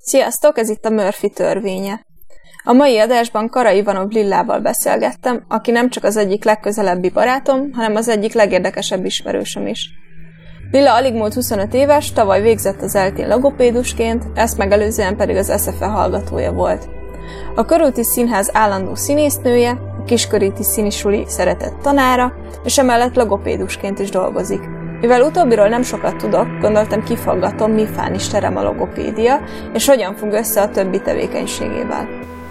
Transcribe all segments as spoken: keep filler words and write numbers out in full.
Sziasztok, ez itt a Murphy törvénye. A mai adásban Kara Ivanov Lillával beszélgettem, aki nem csak az egyik legközelebbi barátom, hanem az egyik legérdekesebb ismerősöm is. Lilla alig múlt huszonöt éves, tavaly végzett az eltén logopédusként, ezt megelőzően pedig az es ef e hallgatója volt. A Körúti Színház állandó színésznője, a Kisköríti Színisuli szeretett tanára, és emellett logopédusként is dolgozik. Mivel utóbbiról nem sokat tudok, gondoltam kifaggatom, mi fán is terem a logopédia, és hogyan függ össze a többi tevékenységével.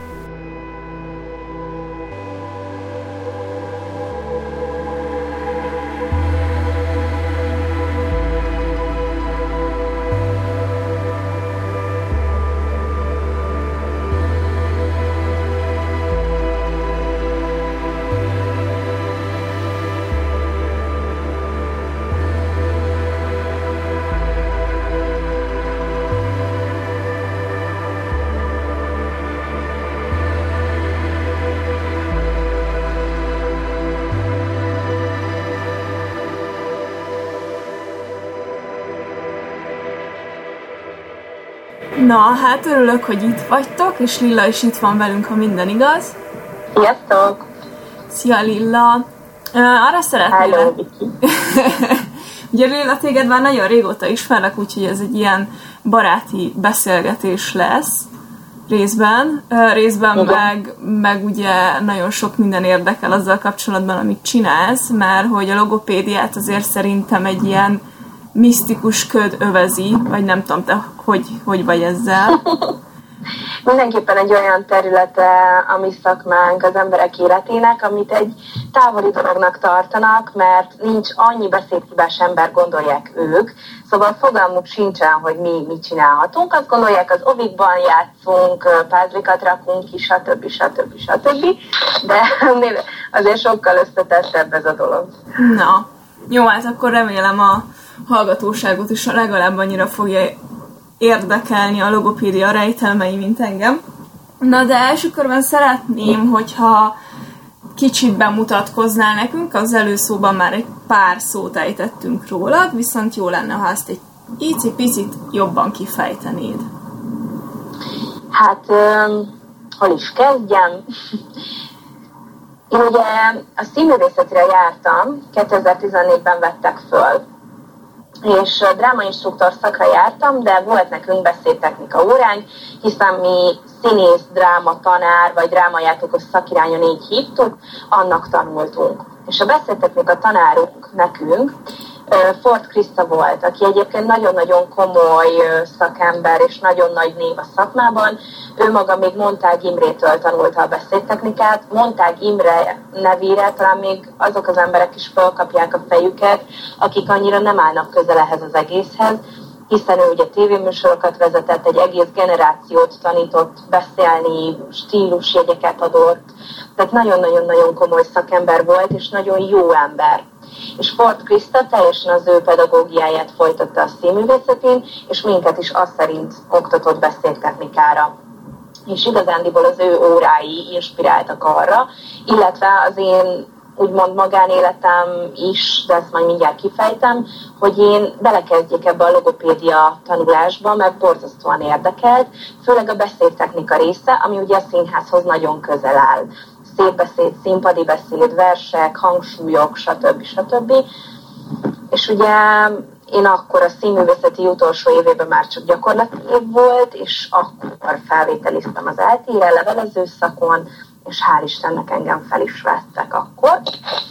Na, hát örülök, hogy itt vagytok, és Lilla is itt van velünk, ha minden igaz. Sziasztok! Szia, Lilla! Uh, arra szeretném... Hello, Viki! Ugye Lilla, téged már nagyon régóta ismerlek, úgyhogy ez egy ilyen baráti beszélgetés lesz részben. Uh, részben meg, meg ugye nagyon sok minden érdekel azzal kapcsolatban, amit csinálsz, mert hogy a logopédiát azért szerintem egy ilyen misztikus köd övezi, vagy nem tudom, te hogy, hogy vagy ezzel? Mindenképpen egy olyan területe a mi szakmánk az emberek életének, amit egy távoli dolognak tartanak, mert nincs annyi beszédhibás ember, gondolják ők, szóval fogalmuk sincsen, hogy mi mit csinálhatunk. Azt gondolják, az ovikban játszunk, pázlikat rakunk ki, stb. stb. stb. De azért sokkal összetettebb ez a dolog. Na, jó, hát akkor remélem a hallgatóságot is legalább annyira fogja érdekelni a logopédia rejtelmei, mint engem. Na, de első körben szeretném, hogyha kicsit bemutatkoznál nekünk, az előszóban már egy pár szót ejtettünk rólad, viszont jó lenne, ha ezt egy icipicit jobban kifejtenéd. Hát, um, hol is kezdjem? Én ugye a színművészetre jártam, kétezer-tizennégyben vettek föl, és drámainstruktor szakra jártam, de volt nekünk beszédtechnika óránk, hiszen mi színész, dráma tanár, vagy drámajátékos szakirányon így hívtuk, annak tanultunk. És a beszédtechnika tanárunk nekünk Ford Krista volt, aki egyébként nagyon-nagyon komoly szakember, és nagyon nagy név a szakmában. Ő maga még Montág Imrétől tanulta a beszédtechnikát. Montág Imre nevére talán még azok az emberek is felkapják a fejüket, akik annyira nem állnak közel ehhez az egészhez, hiszen ő ugye tévéműsorokat vezetett, egy egész generációt tanított beszélni, stílusjegyeket adott. Tehát nagyon-nagyon-nagyon komoly szakember volt, és nagyon jó ember. És Ford Krista teljesen az ő pedagógiáját folytatta a színművészetén, és minket is azt szerint oktatott beszédtechnikára. És igazándiból az ő órái inspiráltak arra, illetve az én úgymond magánéletem is, de ezt majd mindjárt kifejtem, hogy én belekezdjek ebbe a logopédia tanulásba, mert borzasztóan érdekelt, főleg a beszédtechnika része, ami ugye a színházhoz nagyon közel áll. Szépbeszéd, színpadi beszéd, versek, hangsúlyok, stb. stb. És ugye én akkor a színművészeti utolsó évében már csak gyakorlati év volt, és akkor felvételiztem az é té é-re, levelező szakon, és hál' Istennek engem fel is vettek akkor.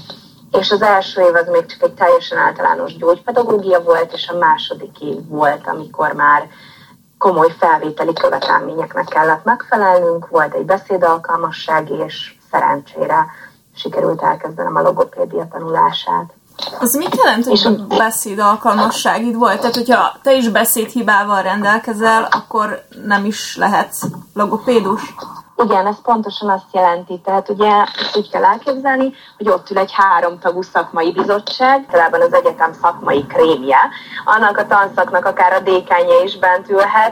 És az első év az még csak egy teljesen általános gyógypedagógia volt, és a második év volt, amikor már komoly felvételi követelményeknek kellett megfelelnünk, volt egy beszédalkalmasság, és szerencsére sikerült elkezdenem a logopédia tanulását. Az mit jelent, hogy beszédalkalmasságid volt? Tehát, hogyha te is beszédhibával rendelkezel, akkor nem is lehetsz logopédus? Igen, ez pontosan azt jelenti. Tehát ugye ezt úgy kell elképzelni, hogy ott ül egy háromtagú szakmai bizottság, talában az egyetem szakmai krémje, annak a tanszaknak akár a dékánja is bent ülhet,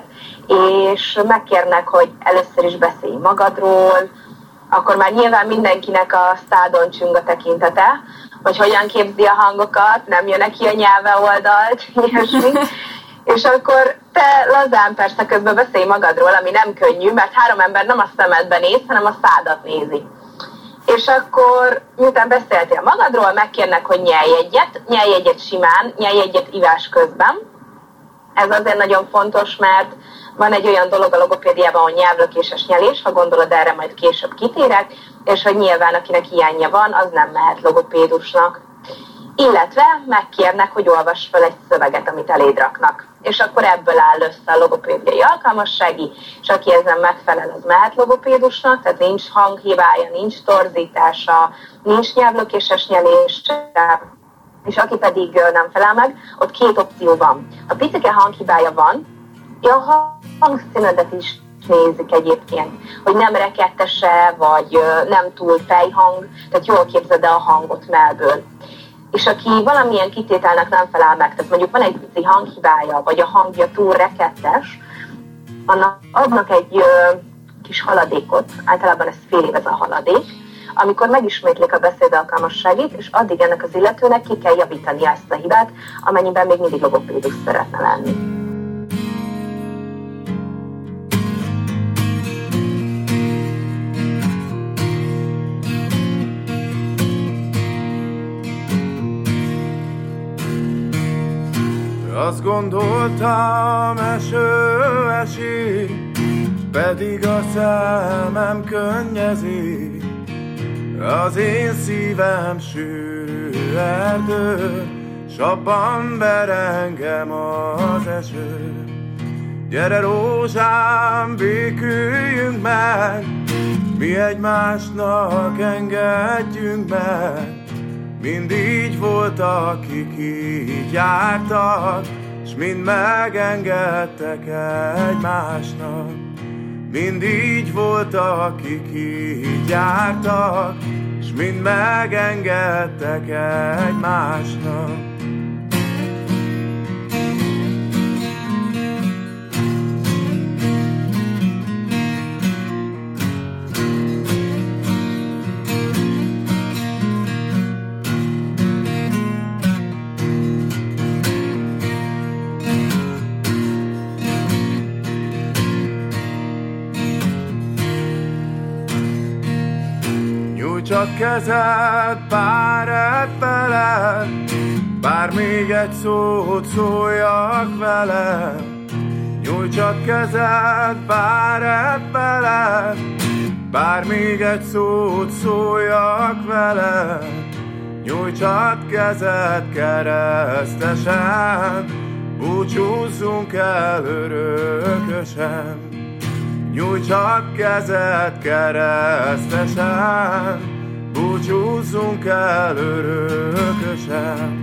és megkérnek, hogy először is beszélj magadról, akkor már nyilván mindenkinek a szádon csüng a tekintete, hogy hogyan képzi a hangokat, nem jön neki a nyelve oldalt, ilyesmi. És akkor te lazán persze közben beszélj magadról, ami nem könnyű, mert három ember nem a szemedbe néz, hanem a szádat nézi. És akkor, miután beszéltél magadról, megkérnek, hogy nyelj egyet, nyelj egyet simán, nyelj egyet ivás közben. Ez azért nagyon fontos, mert van egy olyan dolog a logopédiában, hogy nyelvlökéses nyelés, ha gondolod, erre majd később kitérek, és hogy nyilván akinek hiánya van, az nem mehet logopédusnak. Illetve megkérnek, hogy olvass fel egy szöveget, amit eléd raknak. És akkor ebből áll össze a logopédiai alkalmassági, és aki ezen megfelel, az mehet logopédusnak, tehát nincs hanghibája, nincs torzítása, nincs nyelvlökéses nyelés, és aki pedig nem felel meg, ott két opció van. Ha picike hanghibája van, a hangszínedet is nézik egyébként, hogy nem rekettese, vagy nem túl fejhang, tehát jól képzeld el a hangot mellből. És aki valamilyen kitételnek nem felel meg, tehát mondjuk van egy pici hanghibája, vagy a hangja túl rekettes, annak adnak egy ö, kis haladékot, általában ez fél év ez a haladék, amikor megismétlik a beszédalkalmasságit, és addig ennek az illetőnek ki kell javítania ezt a hibát, amennyiben még mindig logopédus szeretne lenni. Azt gondoltam, eső esik, pedig a szemem könnyezik. Az én szívem sűrű erdő, s abban berengem az eső. Gyere rózsám, béküljünk meg, mi egymásnak engedjünk meg. Mind így voltak, kik így jártak, s mind megengedtek egymásnak. Mind így voltak, kik így jártak, s mind megengedtek egymásnak. Csak kezed, bár edd veled, bár még egy szót szóljak veled. Nyújts csak kezed, bár edd veled, bár még egy szót szóljak veled. Nyújts csak kezed keresztesen, búcsúzzunk el örökösen. Nyújts csak kezed keresztesen, búcsúzzunk el örökösen.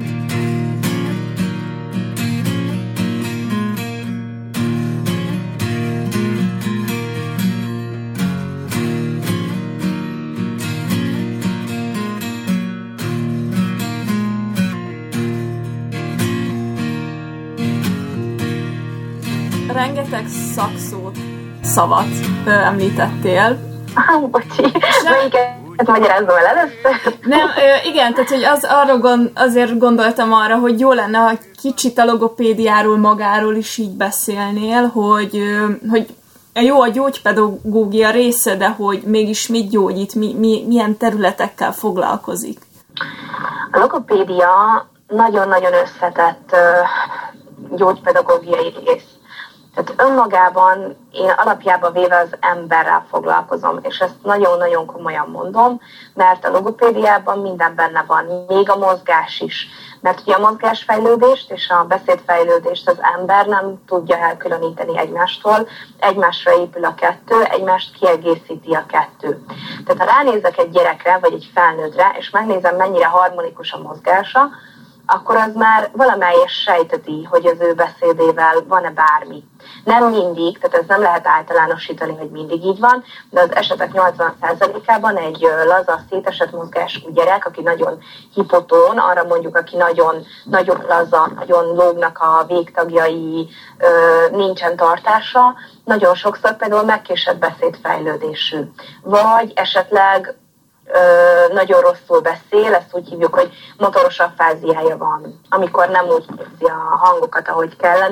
Rengeteg szakszót, szavat ö, említettél. Ah, bocsi, melyiket magyarázzam el először? Nem, ö, igen, tehát hogy az, arra gond, azért gondoltam arra, hogy jó lenne, ha kicsit a logopédiáról magáról is így beszélnél, hogy, ö, hogy jó a gyógypedagógia része, de hogy mégis mit gyógyít, mi, mi, milyen területekkel foglalkozik. A logopédia nagyon-nagyon összetett ö, gyógypedagógiai rész. Tehát önmagában én alapjában véve az emberrel foglalkozom, és ezt nagyon-nagyon komolyan mondom, mert a logopédiában minden benne van, még a mozgás is. Mert ugye a mozgásfejlődést és a beszédfejlődést az ember nem tudja elkülöníteni egymástól, egymásra épül a kettő, egymást kiegészíti a kettő. Tehát ha ránézek egy gyerekre vagy egy felnőttre, és megnézem, mennyire harmonikus a mozgása, akkor az már valamelyes sejteti, hogy az ő beszédével van-e bármi. Nem mindig, tehát ez nem lehet általánosítani, hogy mindig így van, de az esetek nyolcvan százalékában egy laza, szétesett mozgású gyerek, aki nagyon hipotón, arra mondjuk, aki nagyon, nagyon laza, nagyon lógnak a végtagjai, nincsen tartása, nagyon sokszor például megkésett beszédfejlődésű. Vagy esetleg Ö, nagyon rosszul beszél, ezt úgy hívjuk, hogy motoros affáziája van, amikor nem úgy képzi a hangokat, ahogy kellene,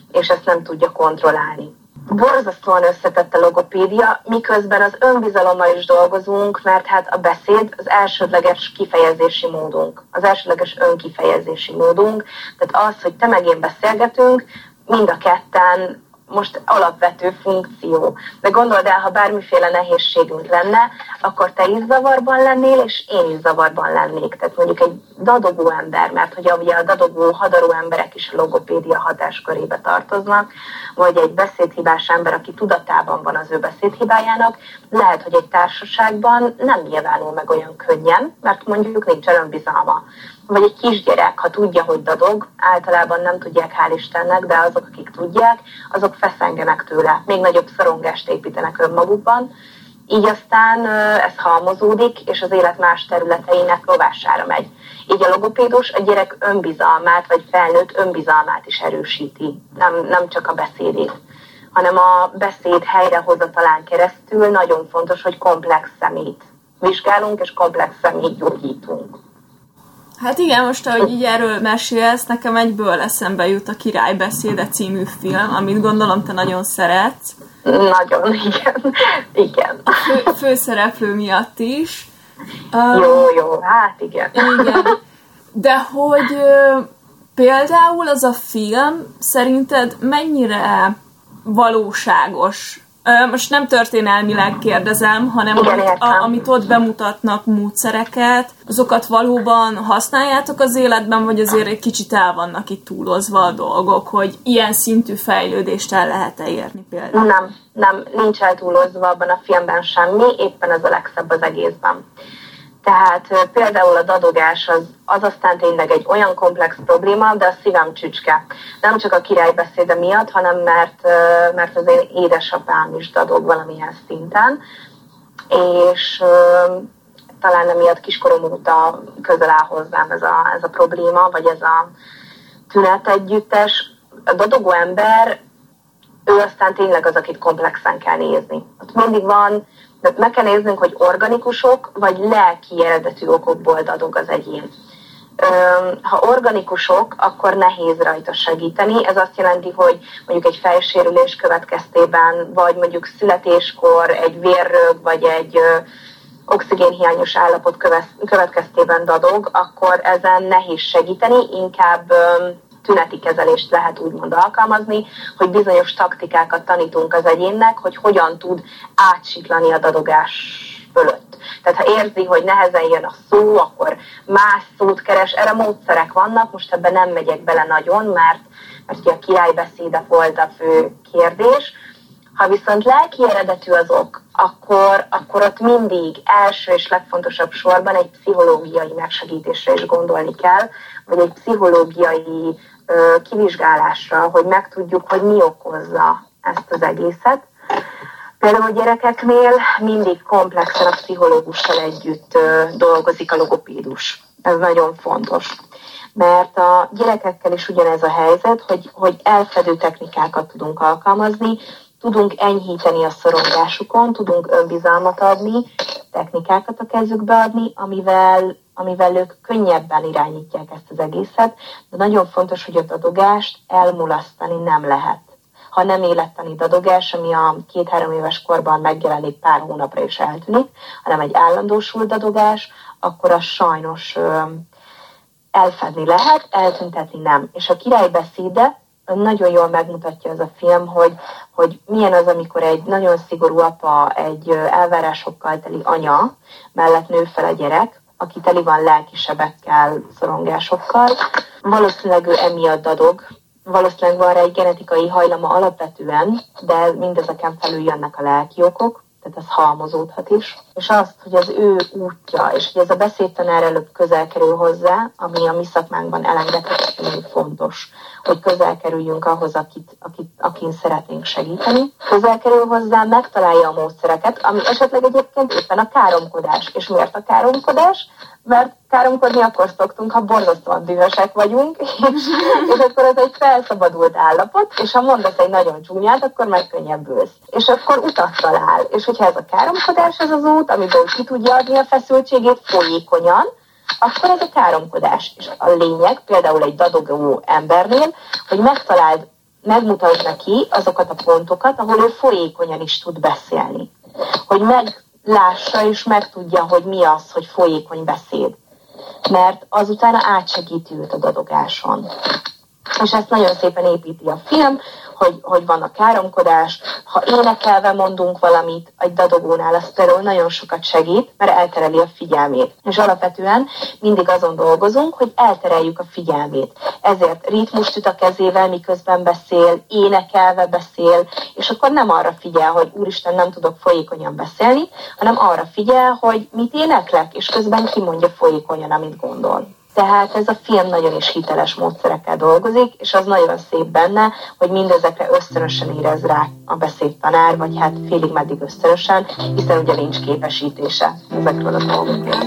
és ezt nem tudja kontrollálni. Borzasztóan összetett a logopédia, miközben az önbizalommal is dolgozunk, mert hát a beszéd az elsődleges kifejezési módunk, az elsődleges önkifejezési módunk, tehát az, hogy te meg én beszélgetünk, mind a ketten most alapvető funkció. De gondold el, ha bármiféle nehézségünk lenne, akkor te is zavarban lennél, és én is zavarban lennék. Tehát mondjuk egy dadogó ember, mert hogy ugye a dadogó, hadaró emberek is a logopédia hatáskörébe tartoznak, vagy egy beszédhibás ember, aki tudatában van az ő beszédhibájának, lehet, hogy egy társaságban nem nyilvánul meg olyan könnyen, mert mondjuk nincs önbizalma. Vagy egy kisgyerek, ha tudja, hogy dadog, általában nem tudják, hál' Istennek, de azok, akik tudják, azok feszengenek tőle, még nagyobb szorongást építenek önmagukban. Így aztán ez halmozódik, és az élet más területeinek rovására megy. Így a logopédus a gyerek önbizalmát, vagy felnőtt önbizalmát is erősíti, nem, nem csak a beszédét, hanem a beszéd helyrehozatalán keresztül nagyon fontos, hogy komplex szemét vizsgálunk, és komplex szemét gyógyítunk. Hát igen, most ahogy így erről mesélsz, nekem egyből eszembe jut a Király beszéde című film, amit gondolom te nagyon szeretsz. Nagyon, igen. igen. A fő, főszereplő miatt is. Jó, jó, hát igen. Igen. De hogy uh, például az a film szerinted mennyire valóságos? Uh, most nem történelmileg kérdezem, hanem igen, amit, a, amit ott bemutatnak módszereket, azokat valóban használjátok az életben, vagy azért egy kicsit el vannak itt túlozva a dolgok, hogy ilyen szintű fejlődést el lehet-e érni például? Nem, nem, nincs eltúlozva abban a filmben semmi, éppen ez a legszebb az egészben. Tehát például a dadogás az, az aztán tényleg egy olyan komplex probléma, de a szívem csücske. Nem csak a Király beszéde miatt, hanem mert, mert az én édesapám is dadog valamilyen szinten, és talán emiatt kiskorom óta közel áll hozzám ez a, ez a probléma, vagy ez a tünet együttes. A dadogó ember, ő aztán tényleg az, akit komplexen kell nézni. Ott mindig van, de meg kell néznünk, hogy organikusok, vagy lelki eredetű okokból dadog az egyén. Ha organikusok, akkor nehéz rajta segíteni. Ez azt jelenti, hogy mondjuk egy fejsérülés következtében, vagy mondjuk születéskor egy vérrög, vagy egy oxigénhiányos állapot következtében dadog, akkor ezen nehéz segíteni, inkább tüneti kezelést lehet úgymond alkalmazni, hogy bizonyos taktikákat tanítunk az egyénnek, hogy hogyan tud átsiklani a dadogás fölött. Tehát ha érzi, hogy nehezen jön a szó, akkor más szót keres, erre módszerek vannak, most ebben nem megyek bele nagyon, mert, mert ugye a Király beszéde volt a fő kérdés. Ha viszont lelki eredetű az ok, akkor, akkor ott mindig első és legfontosabb sorban egy pszichológiai megsegítésre is gondolni kell, vagy egy pszichológiai ö, kivizsgálásra, hogy megtudjuk, hogy mi okozza ezt az egészet. Például a gyerekeknél mindig komplexen a pszichológussal együtt ö, dolgozik a logopédus. Ez nagyon fontos. Mert a gyerekekkel is ugyanez a helyzet, hogy, hogy elfedő technikákat tudunk alkalmazni, tudunk enyhíteni a szorongásukon, tudunk önbizalmat adni, technikákat a kezükbe adni, amivel, amivel ők könnyebben irányítják ezt az egészet, de nagyon fontos, hogy a dadogást elmulasztani nem lehet. Ha nem élettani dadogás, ami a két-három éves korban megjelenik, pár hónapra is eltűnik, hanem egy állandósult dadogás, akkor az sajnos ö, elfedni lehet, eltüntetni nem. És a Király beszéde nagyon jól megmutatja ez a film, hogy, hogy milyen az, amikor egy nagyon szigorú apa, egy elvárásokkal teli anya mellett nő fel a gyerek, aki teli van lelkisebekkel, szorongásokkal. Valószínűleg ő emiatt dadog, valószínűleg van rá egy genetikai hajlama alapvetően, de mindezeken felül jönnek a lelki okok, tehát ez halmozódhat is. És azt, hogy az ő útja, és hogy ez a beszédtanár előbb közel kerül hozzá, ami a mi szakmánkban elengedhetetlenül fontos, hogy közel kerüljünk ahhoz, akit, akit, akin szeretnénk segíteni. Közel kerül hozzá, megtalálja a módszereket, ami esetleg egyébként éppen a káromkodás. És miért a káromkodás? Mert káromkodni akkor szoktunk, ha borzasztóan dühösek vagyunk, és, és akkor ez egy felszabadult állapot, és ha mondasz egy nagyon csúnyát, akkor megkönnyebbülsz. És akkor utat talál. És hogyha ez a káromkodás, ez az út, amiből ki tudja adni a feszültségét folyékonyan, akkor ez a káromkodás. És a lényeg, például egy dadogó embernél, hogy megtaláld megmutasd neki azokat a pontokat, ahol ő folyékonyan is tud beszélni. Hogy meglássa és megtudja, hogy mi az, hogy folyékony beszéd. Mert azután átsegíti őt a dadogáson. És ezt nagyon szépen építi a film, hogy, hogy van a káromkodás, ha énekelve mondunk valamit egy dadogónál, az például nagyon sokat segít, mert eltereli a figyelmét. És alapvetően mindig azon dolgozunk, hogy eltereljük a figyelmét. Ezért ritmust üt a kezével, miközben beszél, énekelve beszél, és akkor nem arra figyel, hogy úristen, nem tudok folyékonyan beszélni, hanem arra figyel, hogy mit éneklek, és közben kimondja folyékonyan, amit gondol. Tehát ez a film nagyon is hiteles módszerekkel dolgozik, és az nagyon szép benne, hogy mindezekre ösztönösen érez rá a beszédtanár, vagy hát félig meddig ösztönösen, hiszen ugye nincs képesítése ezekről a dolgokról.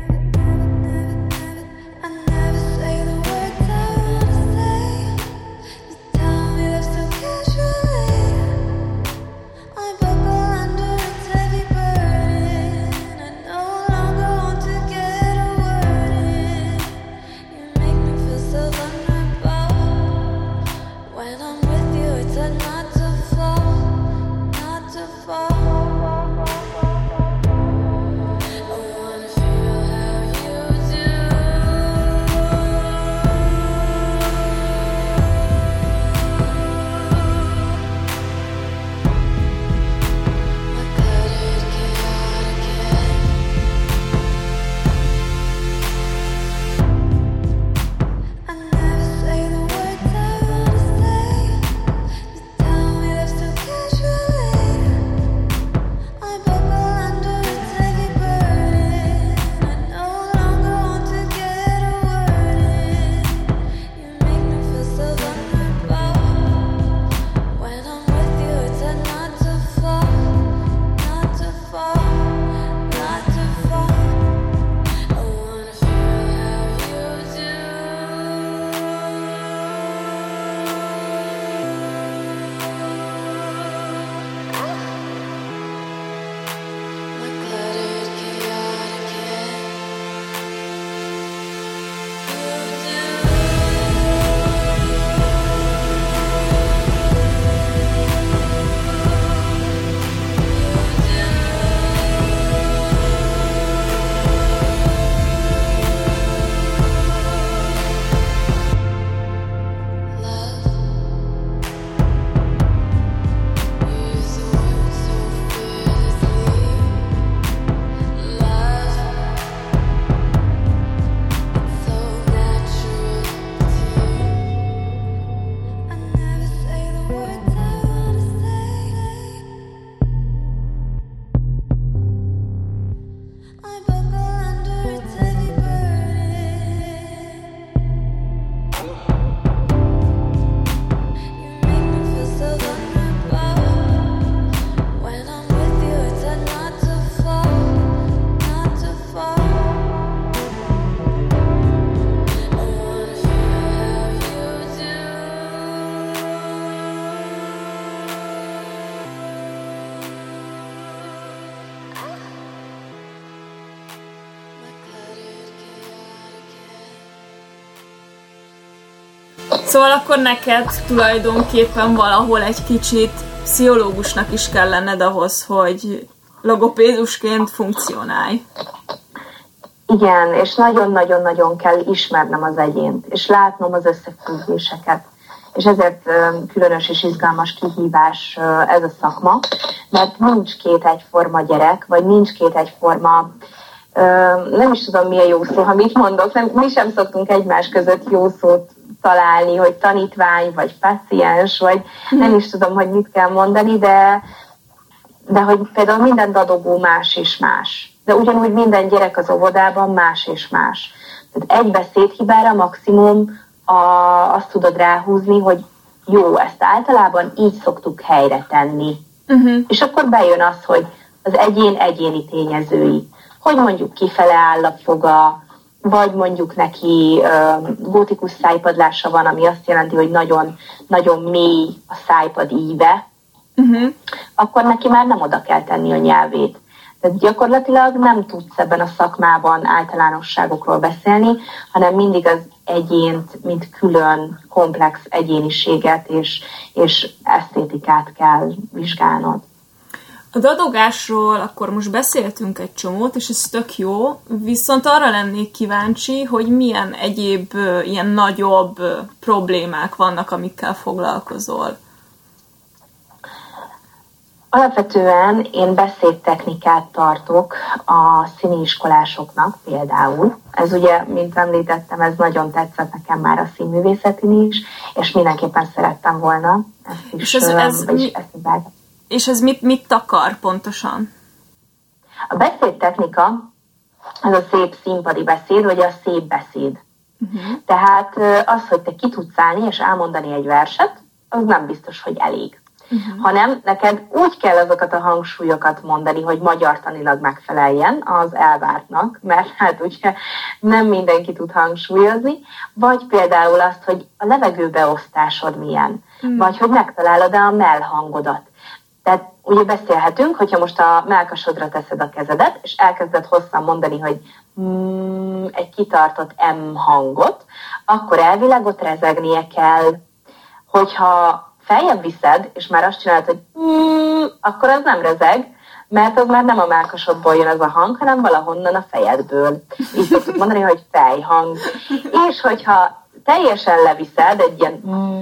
Szóval akkor neked tulajdonképpen valahol egy kicsit pszichológusnak is kell lenned ahhoz, hogy logopédusként funkcionálj. Igen, és nagyon-nagyon-nagyon kell ismernem az egyént, és látnom az összefüggéseket. És ezért különös és izgalmas kihívás ez a szakma, mert nincs két egyforma gyerek, vagy nincs két egyforma, nem is tudom mi a jó szó, ha mit mondok, nem, mi sem szoktunk egymás között jó szót találni, hogy tanítvány, vagy paciens, vagy nem is tudom, hogy mit kell mondani, de, de hogy például minden dadogó más és más. De ugyanúgy minden gyerek az óvodában más és más. Tehát egy beszédhibára maximum a, azt tudod ráhúzni, hogy jó, ezt általában így szoktuk helyre tenni. Uh-huh. És akkor bejön az, hogy az egyén egyéni tényezői. Hogy mondjuk kifele áll a foga, vagy mondjuk neki uh, gótikus szájpadlása van, ami azt jelenti, hogy nagyon, nagyon mély a szájpad íve, uh-huh. akkor neki már nem oda kell tenni a nyelvét. Tehát gyakorlatilag nem tudsz ebben a szakmában általánosságokról beszélni, hanem mindig az egyént, mint külön komplex egyéniséget és, és esztétikát kell vizsgálnod. A dadogásról akkor most beszéltünk egy csomót, és ez tök jó, viszont arra lennék kíváncsi, hogy milyen egyéb ilyen nagyobb problémák vannak, amikkel foglalkozol. Alapvetően én beszédtechnikát tartok a színiiskolásoknak például. Ez ugye, mint említettem, ez nagyon tetszett nekem már a színművészetin is, és mindenképpen szerettem volna ezt is. És ez, ez, mi, ezt és ez mit, mit takar pontosan? A beszédtechnika az a szép színpadi beszéd, vagy a szép beszéd. Uh-huh. Tehát az, hogy te ki tudsz állni és elmondani egy verset, az nem biztos, hogy elég. Uh-huh. Hanem neked úgy kell azokat a hangsúlyokat mondani, hogy magyartanilag megfeleljen az elvártnak, mert hát ugye nem mindenki tud hangsúlyozni, vagy például azt, hogy a levegőbeosztásod milyen, uh-huh. vagy hogy megtalálod-e a mellhangodat. Tehát ugye beszélhetünk, hogyha most a mellkasodra teszed a kezedet, és elkezded hosszan mondani, hogy mm, egy kitartott M hangot, akkor elvileg ott rezegnie kell. Hogyha feljebb viszed, és már azt csinálod, hogy mm, akkor az nem rezeg, mert az már nem a mellkasodból jön az a hang, hanem valahonnan a fejedből. Így szoktuk mondani, hogy fejhang. És hogyha teljesen leviszed egy ilyen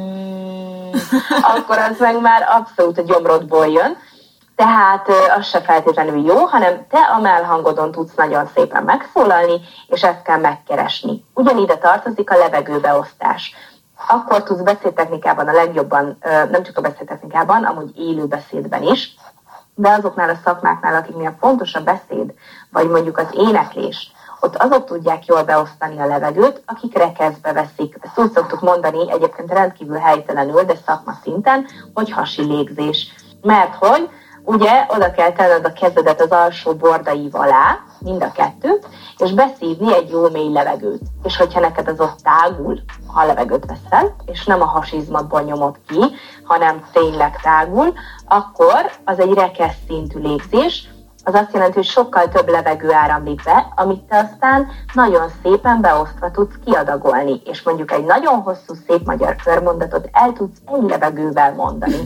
mm, akkor az meg már abszolút a gyomrodból jön, tehát az se feltétlenül jó, hanem te a mellhangodon tudsz nagyon szépen megszólalni, és ezt kell megkeresni. Ugyanide tartozik a levegőbeosztás. Akkor tudsz beszédtechnikában a legjobban, nem csak a beszédtechnikában, amúgy élő beszédben is, de azoknál a szakmáknál, akiknél fontos a beszéd, vagy mondjuk az éneklés, ott azok tudják jól beosztani a levegőt, akik rekeszbe veszik. Ezt úgy szoktuk mondani, egyébként rendkívül helytelenül, de szakma szinten, hogy hasi légzés. Mert hogy ugye oda kell tenned a kezedet az alsó bordaiv alá, mind a kettőt, és beszívni egy jó mély levegőt. És hogyha neked az ott tágul, ha a levegőt veszel, és nem a hasizmatból nyomod ki, hanem tényleg tágul, akkor az egy rekesz szintű légzés, az azt jelenti, hogy sokkal több levegő áramlik be, amit te aztán nagyon szépen beosztva tudsz kiadagolni, és mondjuk egy nagyon hosszú, szép magyar körmondatot el tudsz egy levegővel mondani.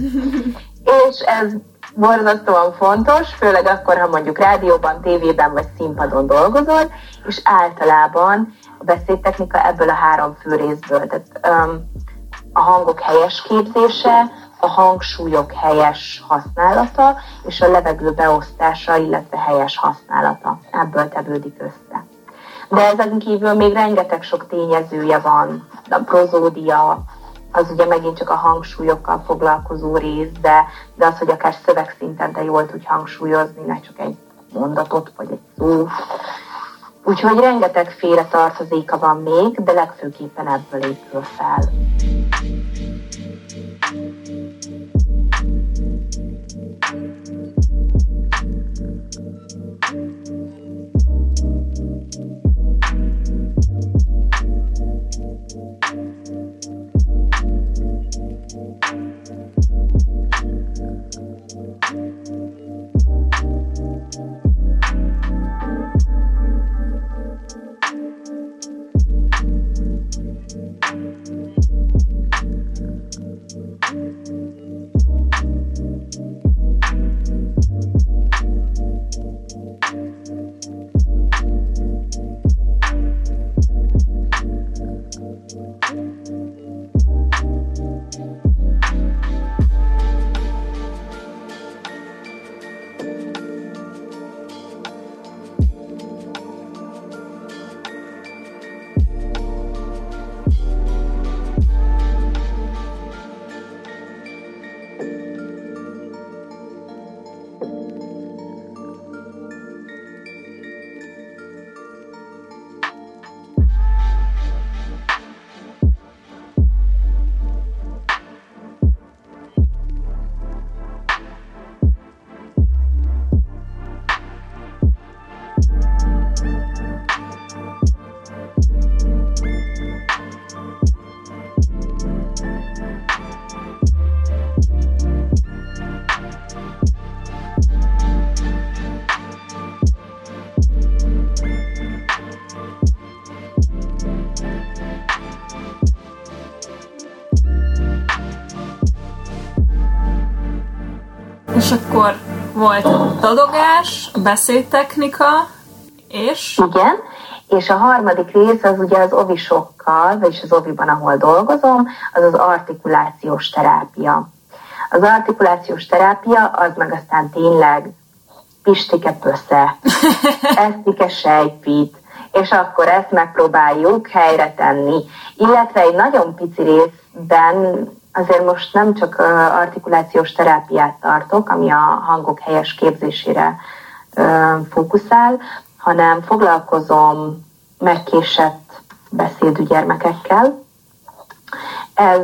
És ez borzasztóan fontos, főleg akkor, ha mondjuk rádióban, tévében vagy színpadon dolgozol, és általában a beszédtechnika ebből a három fő részből, tehát um, a hangok helyes képzése, a hangsúlyok helyes használata, és a levegő beosztása, illetve helyes használata. Ebből tevődik össze. De ezen kívül még rengeteg sok tényezője van, a prozódia, az ugye megint csak a hangsúlyokkal foglalkozó rész, de, de az, hogy akár szövegszinten te jól tudj hangsúlyozni, ne csak egy mondatot, vagy egy szót. Úgyhogy rengetegféle tartozéka van még, de legfőképpen ebből épül fel. És akkor volt dadogás, beszédtechnika, és... Igen, és a harmadik rész az ugye az ovisokkal, vagyis az oviban, ahol dolgozom, az az artikulációs terápia. Az artikulációs terápia az meg aztán tényleg pistike pösze, esztike sejpít, és akkor ezt megpróbáljuk helyre tenni. Illetve egy nagyon pici részben azért most nem csak artikulációs terápiát tartok, ami a hangok helyes képzésére fókuszál, hanem foglalkozom megkésett beszédű gyermekekkel. Ez,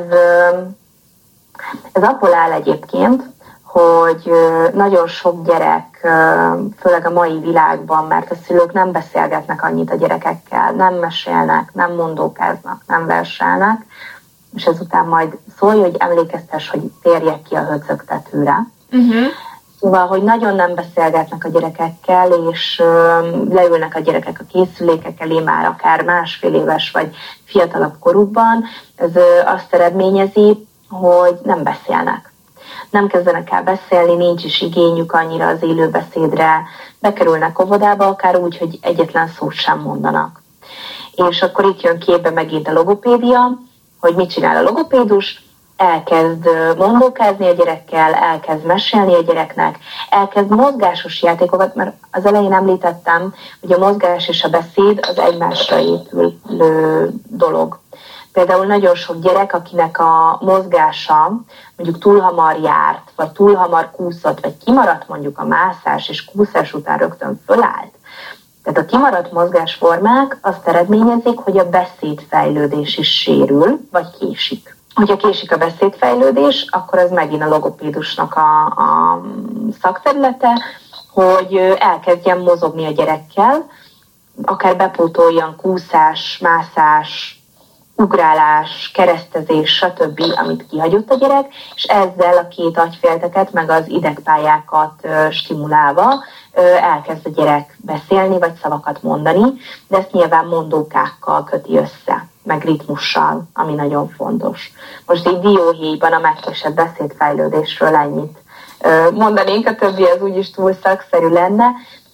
ez abból áll egyébként, hogy nagyon sok gyerek, főleg a mai világban, mert a szülők nem beszélgetnek annyit a gyerekekkel, nem mesélnek, nem mondókáznak, nem verselnek, és ezután majd szólj, hogy emlékeztes, hogy térjek ki a höcögtetőre. Uh-huh. Szóval, hogy nagyon nem beszélgetnek a gyerekekkel, és leülnek a gyerekek a készülékek elé már akár másfél éves vagy fiatalabb korukban, ez azt eredményezi, hogy nem beszélnek. Nem kezdenek el beszélni, nincs is igényük annyira az élő beszédre, bekerülnek óvodába, akár úgy, hogy egyetlen szót sem mondanak. És akkor itt jön képbe megint a logopédia, hogy mit csinál a logopédus, elkezd mondókázni a gyerekkel, elkezd mesélni a gyereknek, elkezd mozgásos játékokat, mert az elején említettem, hogy a mozgás és a beszéd az egymásra épülő dolog. Például nagyon sok gyerek, akinek a mozgása mondjuk túl hamar járt, vagy túl hamar kúszott, vagy kimaradt mondjuk a mászás és kúszás után rögtön fölállt. Tehát a kimaradt mozgásformák azt eredményezik, hogy a beszédfejlődés is sérül, vagy késik. Hogyha késik a beszédfejlődés, akkor ez megint a logopédusnak a, a szakterülete, hogy elkezdjen mozogni a gyerekkel, akár bepótoljan kúszás, mászás, ugrálás, keresztezés, stb., amit kihagyott a gyerek, és ezzel a két agyfélteket, meg az idegpályákat ö, stimulálva ö, elkezd a gyerek beszélni, vagy szavakat mondani, de ezt nyilván mondókákkal köti össze, meg ritmussal, ami nagyon fontos. Most így dióhéjban a megkésett beszédfejlődésről ennyit ö, mondanénk, a többi az úgyis túl szakszerű lenne,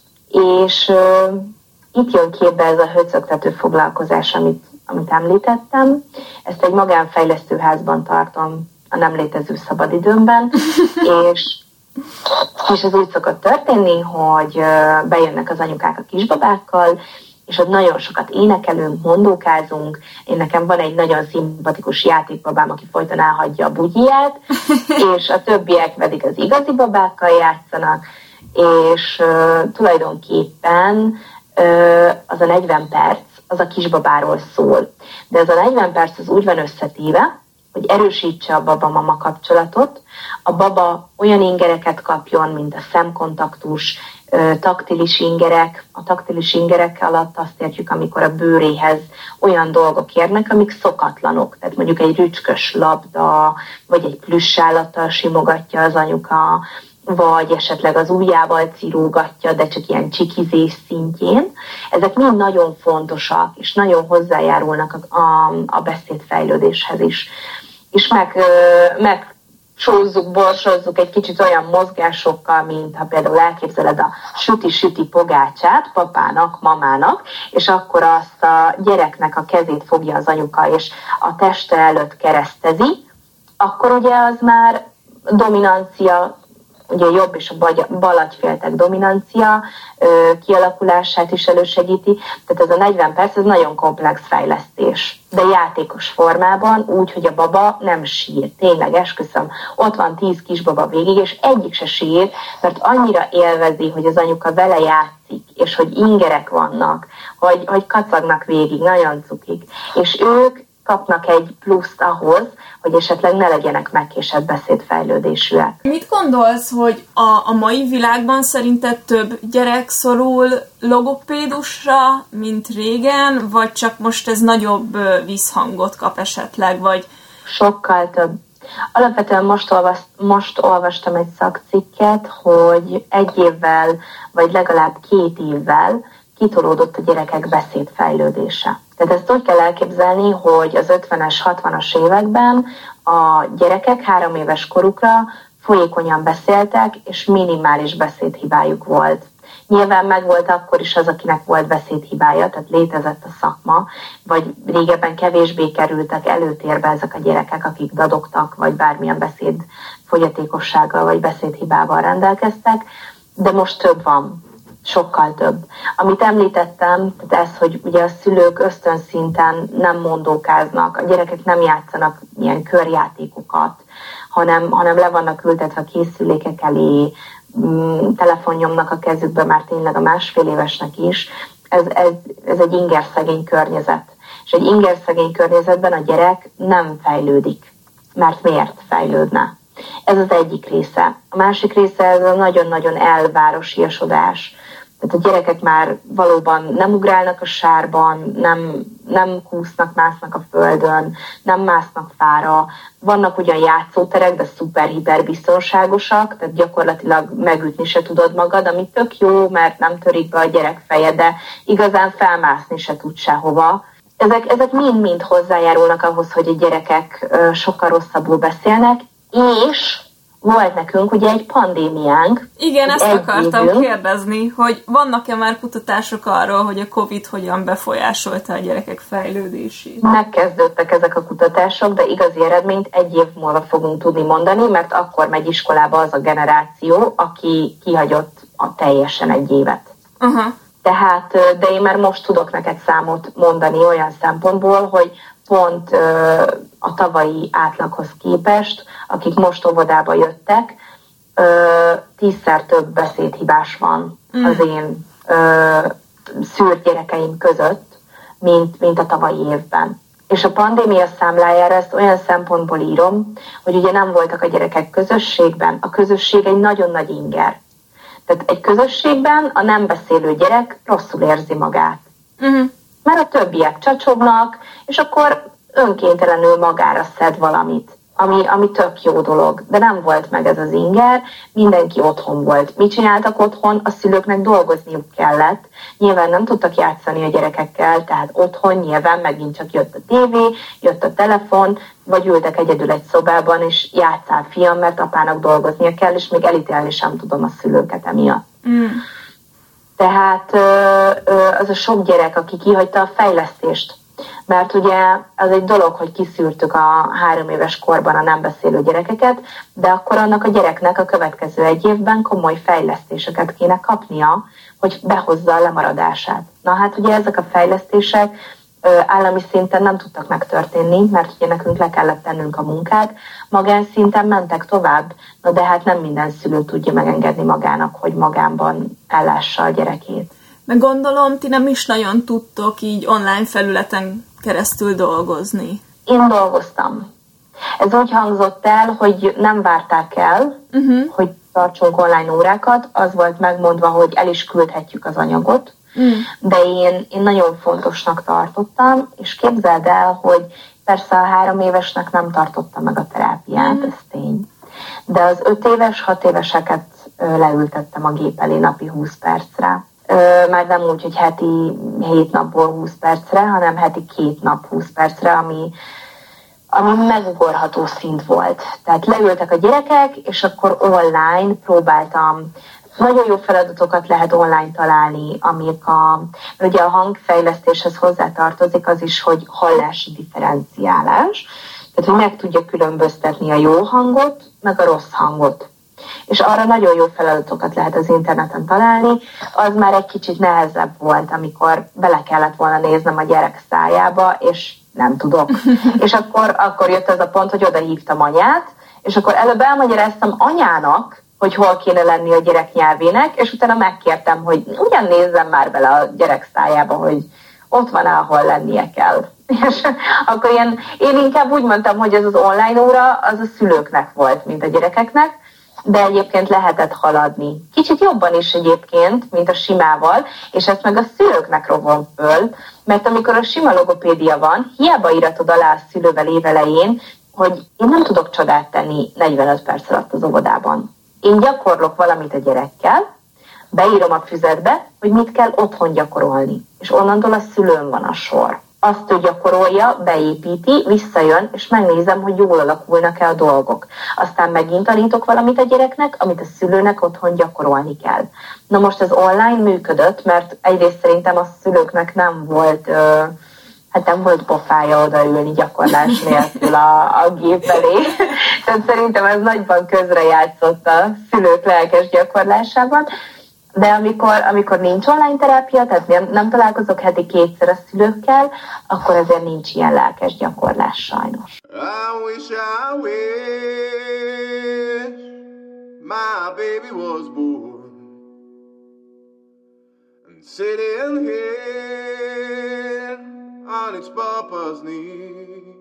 és ö, itt jön képbe ez a höcögtető foglalkozás, amit amit említettem. Ezt egy magánfejlesztőházban tartom a nem létező szabadidőmben, és, és ez úgy szokott történni, hogy bejönnek az anyukák a kisbabákkal, és ott nagyon sokat énekelünk, mondókázunk. Én nekem van egy nagyon szimpatikus játékbabám, aki folyton elhagyja a bugyiját, és a többiek pedig az igazi babákkal játszanak, és uh, tulajdonképpen uh, az a negyven perc, az a kisbabáról szól. De ez a negyven perc az úgy van összetéve, hogy erősítse a baba-mama kapcsolatot, a baba olyan ingereket kapjon, mint a szemkontaktus, taktilis ingerek. A taktilis ingerek alatt azt értjük, amikor a bőréhez olyan dolgok érnek, amik szokatlanok. Tehát mondjuk egy rücskös labda, vagy egy plüssállattal simogatja az anyuka, vagy esetleg az ujjával cirógatja, de csak ilyen csikizés szintjén. Ezek mind nagyon fontosak, és nagyon hozzájárulnak a, a, a beszédfejlődéshez is. És meg, meg sózzuk, borsozzuk egy kicsit olyan mozgásokkal, mint ha például elképzeled a süti-süti pogácsát papának, mamának, és akkor azt a gyereknek a kezét fogja az anyuka, és a teste előtt keresztezi, akkor ugye az már dominancia, ugye a jobb és a bal agyféltek dominancia ö, kialakulását is elősegíti. Tehát ez a negyven perc, ez nagyon komplex fejlesztés. De játékos formában, úgy, hogy a baba nem sír. Tényleg, esküszöm, ott van tíz kisbaba végig, és egyik se sír, mert annyira élvezi, hogy az anyuka vele játszik, és hogy ingerek vannak, hogy, hogy kacagnak végig, nagyon cukik. És ők kapnak egy pluszt ahhoz, hogy esetleg ne legyenek megkésett beszédfejlődésűek. Mit gondolsz, hogy a, a mai világban szerinted több gyerek szorul logopédusra, mint régen, vagy csak most ez nagyobb visszhangot kap esetleg, vagy... Sokkal több. Alapvetően most, olvas, most olvastam egy szakcikket, hogy egy évvel, vagy legalább két évvel kitolódott a gyerekek beszédfejlődése. Tehát ezt úgy kell elképzelni, hogy az ötvenes, hatvanas években a gyerekek három éves korukra folyékonyan beszéltek, és minimális beszédhibájuk volt. Nyilván megvolt akkor is az, akinek volt beszédhibája, tehát létezett a szakma, vagy régebben kevésbé kerültek előtérbe ezek a gyerekek, akik dadogtak, vagy bármilyen beszédfogyatékossággal, vagy beszédhibával rendelkeztek, de most több van, sokkal több. Amit említettem, tehát ez, hogy ugye a szülők ösztönszinten nem mondókáznak, a gyerekek nem játszanak ilyen körjátékokat, hanem, hanem le vannak ültetve a készülékek elé, telefonnyomnak a kezükbe már tényleg a másfél évesnek is, ez, ez, ez egy ingerszegény környezet. És egy ingerszegény környezetben a gyerek nem fejlődik. Mert miért fejlődne? Ez az egyik része. A másik része ez a nagyon-nagyon elvárosiasodás. Tehát a gyerekek már valóban nem ugrálnak a sárban, nem, nem kúsznak, másznak a földön, nem másznak fára. Vannak ugyan játszóterek, de szuper-hiper biztonságosak, tehát gyakorlatilag megütni se tudod magad, ami tök jó, mert nem törik be a gyerek feje, de igazán felmászni se tud sehova. Ezek, ezek mind-mind hozzájárulnak ahhoz, hogy a gyerekek sokkal rosszabbul beszélnek, és volt nekünk ugye egy pandémiánk. Igen, ezt egy akartam évünk. kérdezni, hogy vannak-e már kutatások arról, hogy a Covid hogyan befolyásolta a gyerekek fejlődését? Megkezdődtek ezek a kutatások, de igazi eredményt egy év múlva fogunk tudni mondani, mert akkor megy iskolába az a generáció, aki kihagyott a teljesen egy évet. Uh-huh. Tehát, de én már most tudok neked számot mondani olyan szempontból, hogy pont a tavalyi átlaghoz képest, akik most óvodába jöttek, tízszer több beszédhibás van mm. az én szűrt gyerekeim között, mint, mint a tavalyi évben. És a pandémia számlájára ezt olyan szempontból írom, hogy ugye nem voltak a gyerekek közösségben, a közösség egy nagyon nagy inger. Tehát egy közösségben a nem beszélő gyerek rosszul érzi magát. Mm. Mert a többiek csacsognak, és akkor önkéntelenül magára szed valamit, ami, ami tök jó dolog. De nem volt meg ez az inger, mindenki otthon volt. Mit csináltak otthon? A szülőknek dolgozniuk kellett. Nyilván nem tudtak játszani a gyerekekkel, tehát otthon nyilván megint csak jött a tévé, jött a telefon, vagy ültek egyedül egy szobában, és játszál fiam, mert apának dolgoznia kell, és még elítélni sem tudom a szülőket emiatt. Mm. Tehát az a sok gyerek, aki kihagyta a fejlesztést, mert ugye az egy dolog, hogy kiszűrtük a három éves korban a nem beszélő gyerekeket, de akkor annak a gyereknek a következő egy évben komoly fejlesztéseket kéne kapnia, hogy behozza a lemaradását. Na hát ugye ezek a fejlesztések állami szinten nem tudtak megtörténni, mert ugye nekünk le kellett tennünk a munkát, magánszinten mentek tovább, na de hát nem minden szülő tudja megengedni magának, hogy magánban ellássa a gyerekét. Meg gondolom, ti nem is nagyon tudtok így online felületen keresztül dolgozni. Én dolgoztam. Ez úgy hangzott el, hogy nem várták el, uh-huh. hogy tartsunk online órákat, az volt megmondva, hogy el is küldhetjük az anyagot, uh-huh. de én, én nagyon fontosnak tartottam, és képzeld el, hogy persze a három évesnek nem tartotta meg a terápiát, uh-huh. ez tény. De az öt éves, hat éveseket leültettem a gép elé napi húsz percre. Már nem úgy, hogy heti hét napból húsz percre, hanem heti két nap húsz percre, ami, ami megugorható szint volt. Tehát leültek a gyerekek, és akkor online próbáltam. Nagyon jó feladatokat lehet online találni, amik a, ugye a hangfejlesztéshez hozzátartozik az is, hogy hallási differenciálás. Tehát, hogy meg tudja különböztetni a jó hangot, meg a rossz hangot. És arra nagyon jó feladatokat lehet az interneten találni, az már egy kicsit nehezebb volt, amikor bele kellett volna néznem a gyerek szájába, és nem tudok. És akkor, akkor jött ez a pont, hogy oda hívtam anyát, és akkor előbb elmagyaráztam anyának, hogy hol kéne lenni a gyerek nyelvének, és utána megkértem, hogy ugyan nézzem már bele a gyerek szájába, hogy ott van, ahol lennie kell. És akkor ilyen, én inkább úgy mondtam, hogy ez az online óra az a szülőknek volt, mint a gyerekeknek, de egyébként lehetett haladni. Kicsit jobban is egyébként, mint a simával, és ezt meg a szülőknek rovom föl, mert amikor a sima logopédia van, hiába íratod alá a szülővel évelején, hogy én nem tudok csodát tenni negyvenöt perc alatt az óvodában. Én gyakorlok valamit a gyerekkel, beírom a füzetbe, hogy mit kell otthon gyakorolni, és onnantól a szülőn van a sor. azt ő gyakorolja, beépíti, visszajön, és megnézem, hogy jól alakulnak-e a dolgok. Aztán megint tanítok valamit a gyereknek, amit a szülőnek otthon gyakorolni kell. Na most ez online működött, mert egyrészt szerintem a szülőknek nem volt, hát nem volt pofája odaülni gyakorlás nélkül a, a gép elé. Tehát szerintem ez nagyban közrejátszott a szülők lelkes gyakorlásában. De amikor, amikor nincs online terápia, tehát nem, nem találkozok heti kétszer a szülőkkel, akkor azért nincs ilyen lelkes gyakorlás sajnos. I wish, I wish my baby was born and sitting here on its papa's knee,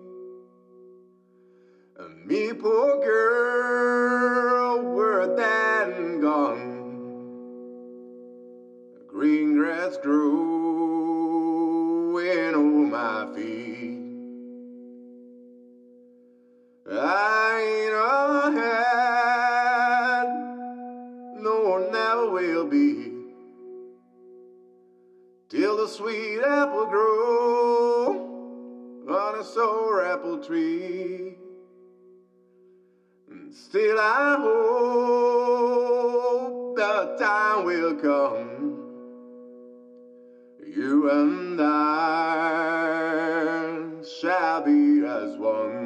and me poor girl were then gone. Green grass growing on my feet. I ain't a had, nor never will be, till the sweet apple grow on a sour apple tree. And still I hope the time will come, you and I shall be as one.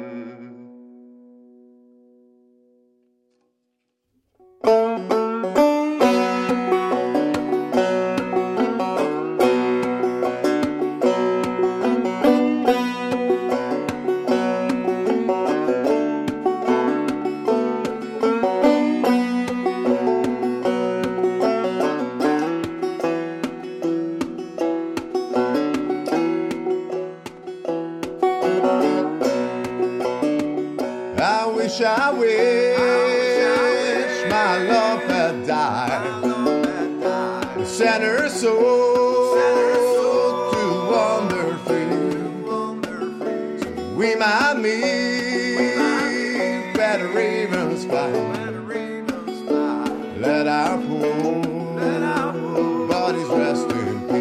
I wish my love had died, sent her soul to wander free, so we might meet where the ravens fly. Let our poor bodies rest in peace.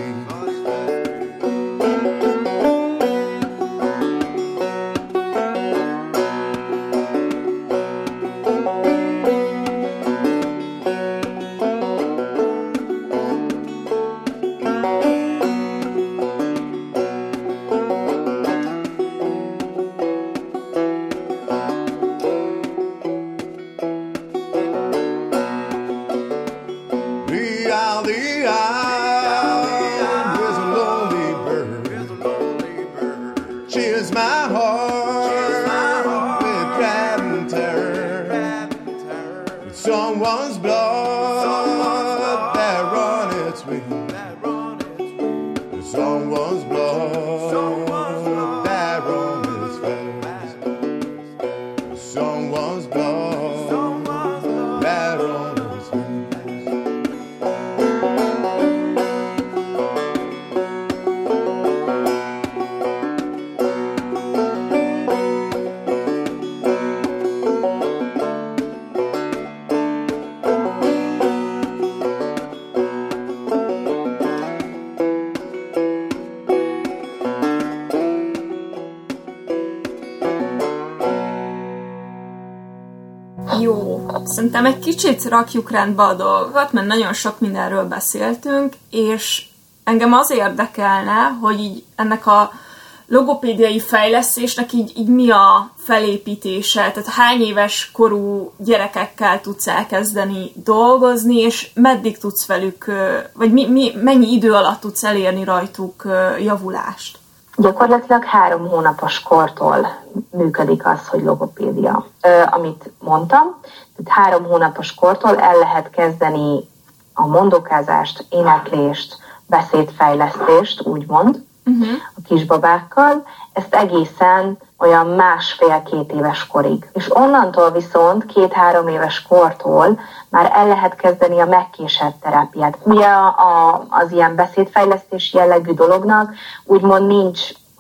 Szerintem egy kicsit rakjuk rendbe a dolgokat, mert nagyon sok mindenről beszéltünk, és engem az érdekelne, hogy így ennek a logopédiai fejlesztésnek így, így mi a felépítése, tehát hány éves korú gyerekekkel tudsz elkezdeni dolgozni, és meddig tudsz velük, vagy mi, mi, mennyi idő alatt tudsz elérni rajtuk javulást? Gyakorlatilag három hónapos kortól működik az, hogy logopédia. Ö, amit mondtam, tehát három hónapos kortól el lehet kezdeni a mondókázást, éneklést, beszédfejlesztést, úgymond, uh-huh. a kisbabákkal, ezt egészen olyan másfél-két éves korig. És onnantól viszont két-három éves kortól már el lehet kezdeni a megkésett terápiát. Ugye a, a, az ilyen beszédfejlesztés jellegű dolognak úgymond nincs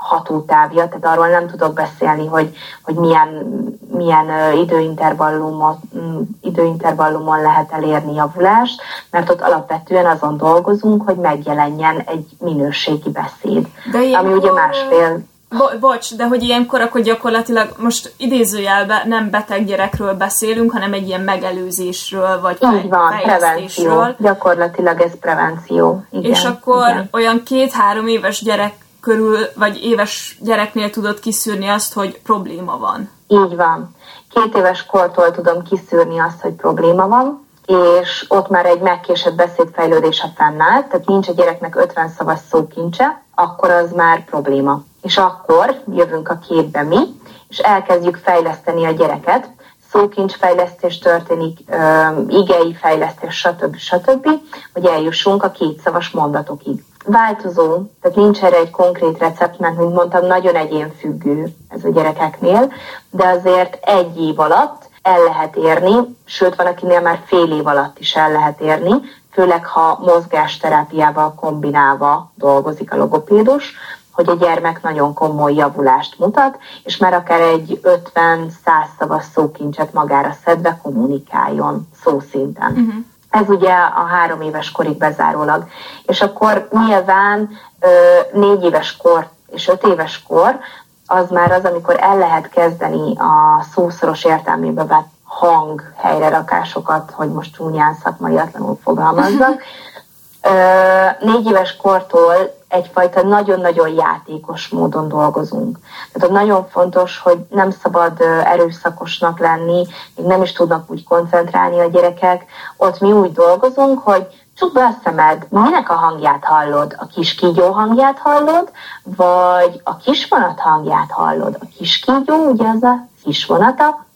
hatótávja, tehát arról nem tudok beszélni, hogy, hogy milyen, milyen időintervallumon, időintervallumon lehet elérni javulást, mert ott alapvetően azon dolgozunk, hogy megjelenjen egy minőségi beszéd, ami ugye másfél... Bo- bocs, de hogy ilyenkor akkor gyakorlatilag most idézőjelben nem beteg gyerekről beszélünk, hanem egy ilyen megelőzésről, vagy így van, prevenció. Gyakorlatilag ez prevenció. Igen, és akkor igen. olyan két-három éves gyerek körül, vagy éves gyereknél tudod kiszűrni azt, hogy probléma van. Így van. Két éves kortól tudom kiszűrni azt, hogy probléma van, és ott már egy megkésett beszédfejlődése fennáll, tehát nincs a gyereknek ötven szavas szókincse, akkor az már probléma. És akkor jövünk a képbe mi, és elkezdjük fejleszteni a gyereket, szókincsfejlesztés történik, igei fejlesztés, stb. stb., hogy eljussunk a kétszavas mondatokig. Változó, tehát nincs erre egy konkrét recept, mert, mint mondtam, nagyon egyénfüggő ez a gyerekeknél, de azért egy év alatt el lehet érni, sőt, van, akinél már fél év alatt is el lehet érni, főleg ha mozgásterápiával kombinálva dolgozik a logopédus, hogy a gyermek nagyon komoly javulást mutat, és már akár egy ötven-száz szavas szókincset magára szedve kommunikáljon szószinten. Uh-huh. Ez ugye a három éves korig bezárólag. És akkor nyilván négy éves kor és öt éves kor, az már az, amikor el lehet kezdeni a szószoros értelmébe vett hang helyre-rakásokat, hogy most csúnyán szakmaiatlanul fogalmazzak. Négy éves kortól egyfajta nagyon-nagyon játékos módon dolgozunk. Tehát nagyon fontos, hogy nem szabad erőszakosnak lenni, még nem is tudnak úgy koncentrálni a gyerekek. Ott mi úgy dolgozunk, hogy csukd be a szemed, minek a hangját hallod? A kis kígyó hangját hallod, vagy a kisvonat hangját hallod? A kis kígyó, ugye az a kisvonata,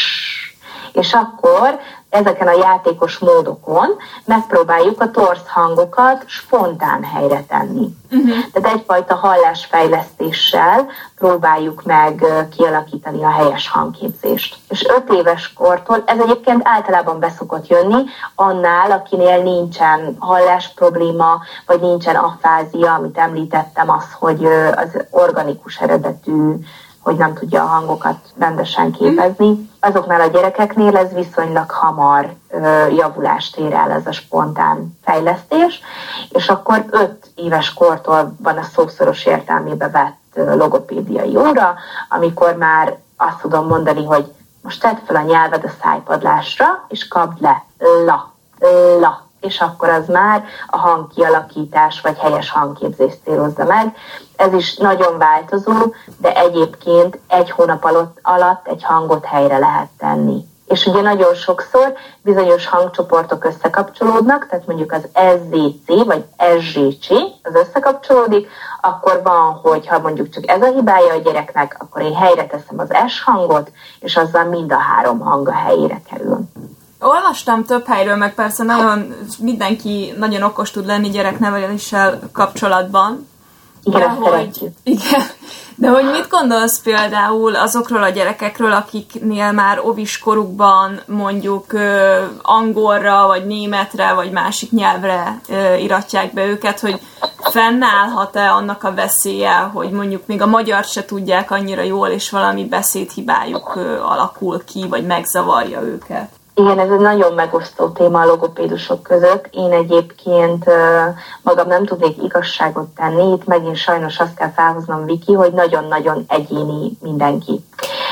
és akkor ezeken a játékos módokon megpróbáljuk a torz hangokat spontán helyre tenni. Uh-huh. Tehát egyfajta hallásfejlesztéssel próbáljuk meg kialakítani a helyes hangképzést. És öt éves kortól, ez egyébként általában beszokott jönni, annál, akinél nincsen hallás probléma, vagy nincsen afázia, amit említettem, az, hogy az organikus eredetű, hogy nem tudja a hangokat rendesen képezni. Azoknál a gyerekeknél ez viszonylag hamar ö, javulást ér el, ez a spontán fejlesztés, és akkor öt éves kortól van a szószoros értelmébe vett ö, logopédiai óra, amikor már azt tudom mondani, hogy most tedd fel a nyelved a szájpadlásra, és kapd le, la, la, és akkor az már a hangkialakítás vagy helyes hangképzést célozza meg. Ez is nagyon változó, de egyébként egy hónap alatt, alatt egy hangot helyre lehet tenni. És ugye nagyon sokszor bizonyos hangcsoportok összekapcsolódnak, tehát mondjuk az es zé cé vagy es zé cé az összekapcsolódik, akkor van, hogy ha mondjuk csak ez a hibája a gyereknek, akkor én helyre teszem az S hangot, és azzal mind a három hang a helyére kerül. Olvastam több helyről, meg persze nagyon, mindenki nagyon okos tud lenni gyerekneveléssel kapcsolatban. Igen, de hogy, igen, de hogy mit gondolsz például azokról a gyerekekről, akiknél már óvis korukban mondjuk ö, angolra, vagy németre, vagy másik nyelvre ö, iratják be őket, hogy fennállhat-e annak a veszélye, hogy mondjuk még a magyart se tudják annyira jól, és valami beszédhibájuk ö, alakul ki, vagy megzavarja őket? Igen, ez egy nagyon megosztó téma a logopédusok között. Én egyébként magam nem tudnék igazságot tenni, itt megint sajnos azt kell felhoznom, Viki, hogy nagyon-nagyon egyéni mindenki.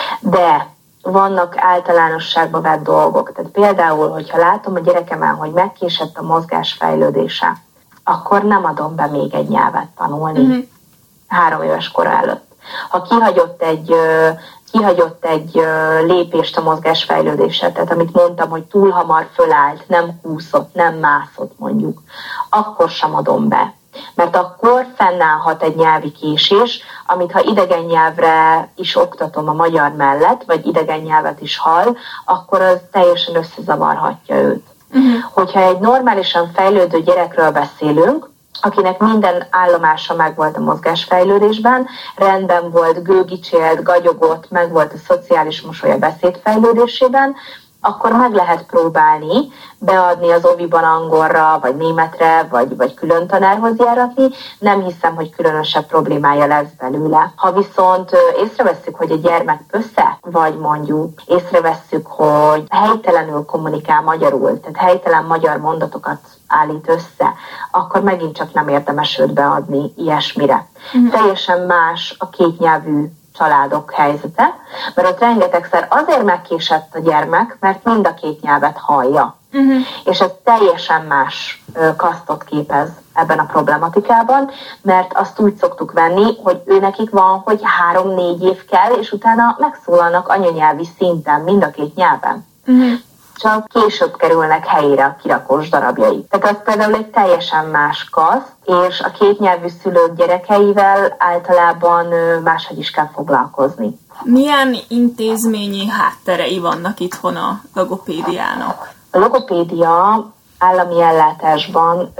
De vannak általánosságba vett dolgok. Tehát például, hogyha látom a gyerekemen, hogy megkésett a mozgásfejlődése, akkor nem adom be még egy nyelvet tanulni. Mm-hmm. Három éves kora előtt. Ha kihagyott egy... kihagyott egy lépést a mozgásfejlődésre, tehát amit mondtam, hogy túl hamar fölállt, nem kúszott, nem mászott mondjuk, akkor sem adom be. Mert akkor fennállhat egy nyelvi késés, amit ha idegen nyelvre is oktatom a magyar mellett, vagy idegen nyelvet is hall, akkor az teljesen összezavarhatja őt. Uh-huh. Hogyha egy normálisan fejlődő gyerekről beszélünk, akinek minden állomása megvolt a mozgásfejlődésben, rendben volt, gőgicsélt, gagyogott, megvolt a szociális mosoly a beszédfejlődésében, akkor meg lehet próbálni beadni az oviban angolra, vagy németre, vagy, vagy külön tanárhoz járatni. Nem hiszem, hogy különösebb problémája lesz belőle. Ha viszont észrevesszük, hogy a gyermek pösze, vagy mondjuk észrevesszük, hogy helytelenül kommunikál magyarul, tehát helytelen magyar mondatokat állít össze, akkor megint csak nem érdemes őt beadni ilyesmire. Mm. Teljesen más a kétnyelvű családok helyzete, mert ott rengetegszer azért megkésett a gyermek, mert mind a két nyelvet hallja. Uh-huh. És ez teljesen más kasztot képez ebben a problematikában, mert azt úgy szoktuk venni, hogy ő nekik van, hogy három-négy év kell, és utána megszólalnak anyanyelvi szinten mind a két nyelven. Uh-huh. Csak később kerülnek helyére a kirakós darabjai. Tehát az például egy teljesen más kaszt, és a kétnyelvű szülők gyerekeivel általában máshogy is kell foglalkozni. Milyen intézményi hátterei vannak itthon a logopédiának? A logopédia állami ellátásban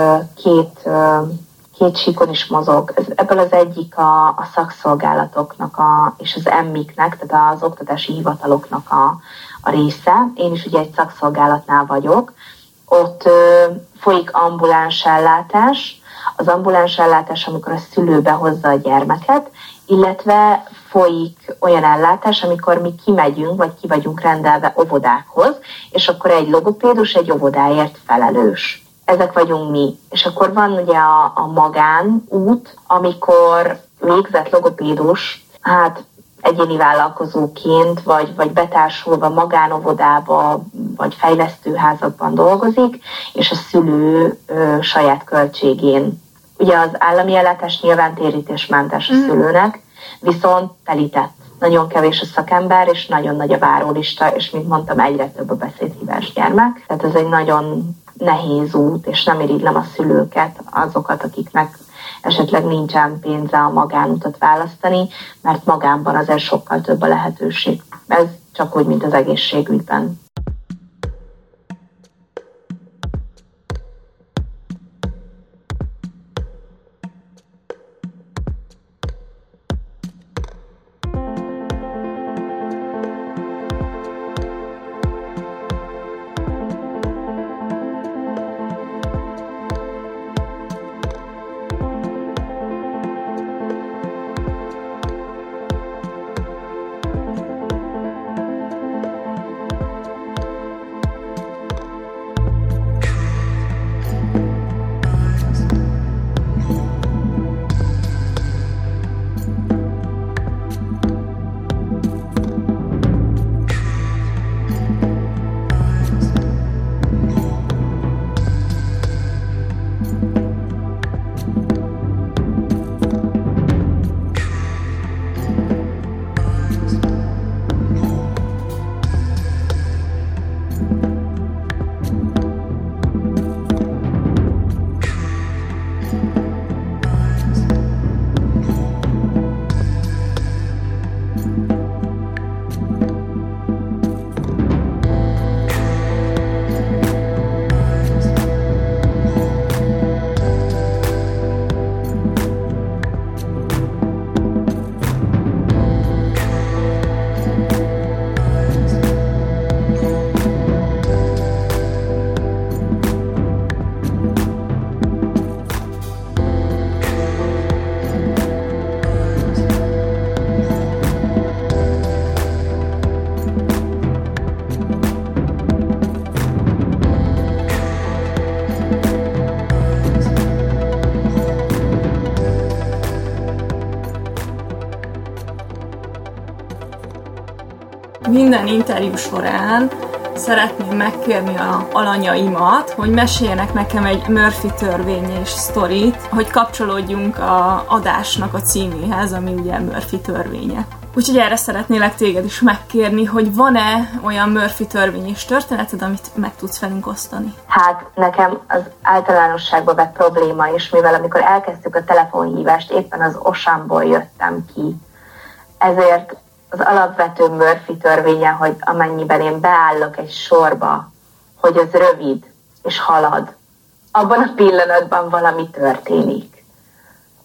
két, két síkon is mozog. Ebből az egyik a, a szakszolgálatoknak a, és az em i knek, tehát az oktatási hivataloknak a, a része. Én is ugye egy szakszolgálatnál vagyok. Ott ö, folyik ambuláns ellátás. Az ambuláns ellátás, amikor a szülő behozza a gyermeket, illetve folyik olyan ellátás, amikor mi kimegyünk, vagy ki vagyunk rendelve óvodákhoz, és akkor egy logopédus egy óvodáért felelős. Ezek vagyunk mi. És akkor van ugye a, a magánút, amikor végzett logopédus, hát egyéni vállalkozóként, vagy, vagy betársulva magánovodába, vagy fejlesztőházakban dolgozik, és a szülő ö, saját költségén. Ugye az állami ellátás nyilván térítésmentes a szülőnek, viszont telített. Nagyon kevés a szakember, és nagyon nagy a várólista, és mint mondtam, egyre több a beszédhibás gyermek. Tehát ez egy nagyon nehéz út, és nem irigylem a szülőket, azokat, akiknek esetleg nincsen pénze a magánutat választani, mert magánban azért sokkal több a lehetőség. Ez csak úgy, mint az egészségügyben. Minden interjú során szeretném megkérni a alanyaimat, hogy meséljenek nekem egy Murphy-törvényes sztorit, hogy kapcsolódjunk a adásnak a címéhez, ami ugye Murphy törvénye. Úgyhogy erre szeretnélek téged is megkérni, hogy van-e olyan Murphy-törvényes történeted, amit meg tudsz velünk osztani? Hát nekem az általánosságban vett probléma is, mivel amikor elkezdtük a telefonhívást, éppen az Osamból jöttem ki. Ezért az alapvető Murphy törvénye, hogy amennyiben én beállok egy sorba, hogy az rövid és halad, abban a pillanatban valami történik.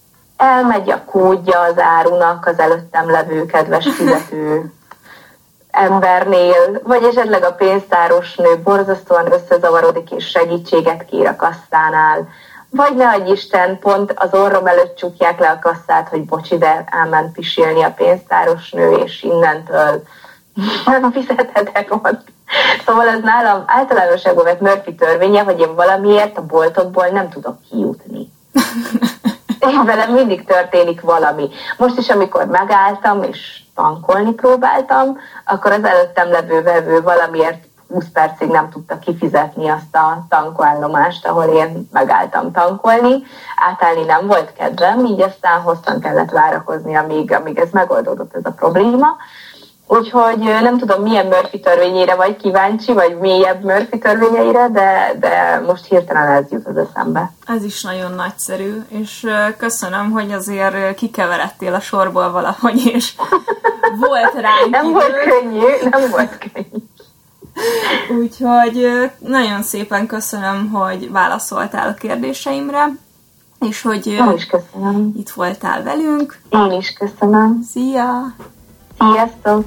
Elmegy a kódja az árunak az előttem levő kedves fizető embernél, vagy esetleg a pénztáros nő borzasztóan összezavarodik és segítséget kér a kasszánál, vagy ne adj Isten, pont az orrom előtt csukják le a kasszát, hogy bocsi, de elment pisilni a pénztáros nő, és innentől nem fizethetek ott. Szóval ez nálam általánosságban vett Murphy törvénye, hogy én valamiért a boltokból nem tudok kijutni. Én velem mindig történik valami. Most is, amikor megálltam, és tankolni próbáltam, akkor az előttem levő vevő valamiért húsz percig nem tudta kifizetni azt a tankolállomást, ahol én megálltam tankolni. Átállni nem volt kedvem, így aztán hosszan kellett várakozni, amíg, amíg ez megoldódott ez a probléma. Úgyhogy nem tudom, milyen Murphy törvényére vagy kíváncsi, vagy mélyebb Murphy törvényeire, de, de most hirtelen ez jut az eszembe. Ez is nagyon nagyszerű, és köszönöm, hogy azért kikeveredtél a sorból valahogy, és volt ránk Nem idő. volt könnyű, nem volt könnyű. Úgyhogy nagyon szépen köszönöm, hogy válaszoltál a kérdéseimre, és hogy Én is köszönöm. Itt voltál velünk. Én is köszönöm. Szia! Sziasztok!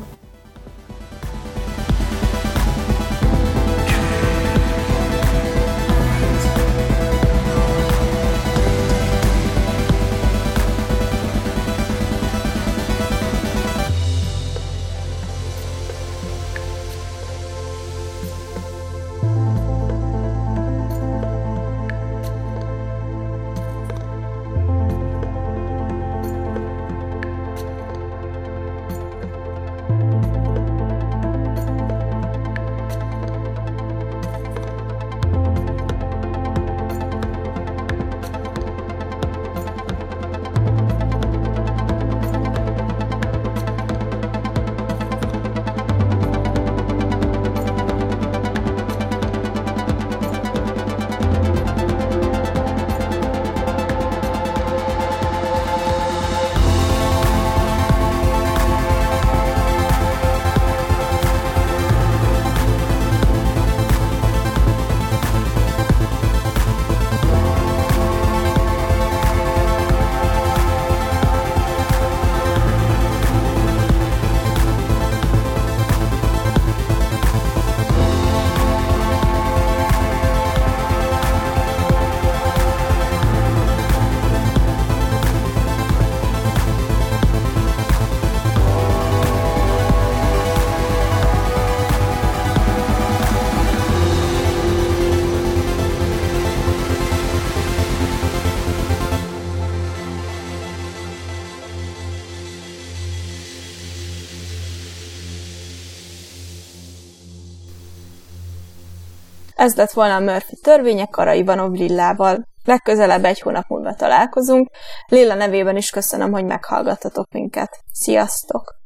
Ez lett volna a Murphy törvénye Kara Ivanov Lillával. Legközelebb egy hónap múlva találkozunk. Lilla nevében is köszönöm, hogy meghallgattatok minket. Sziasztok!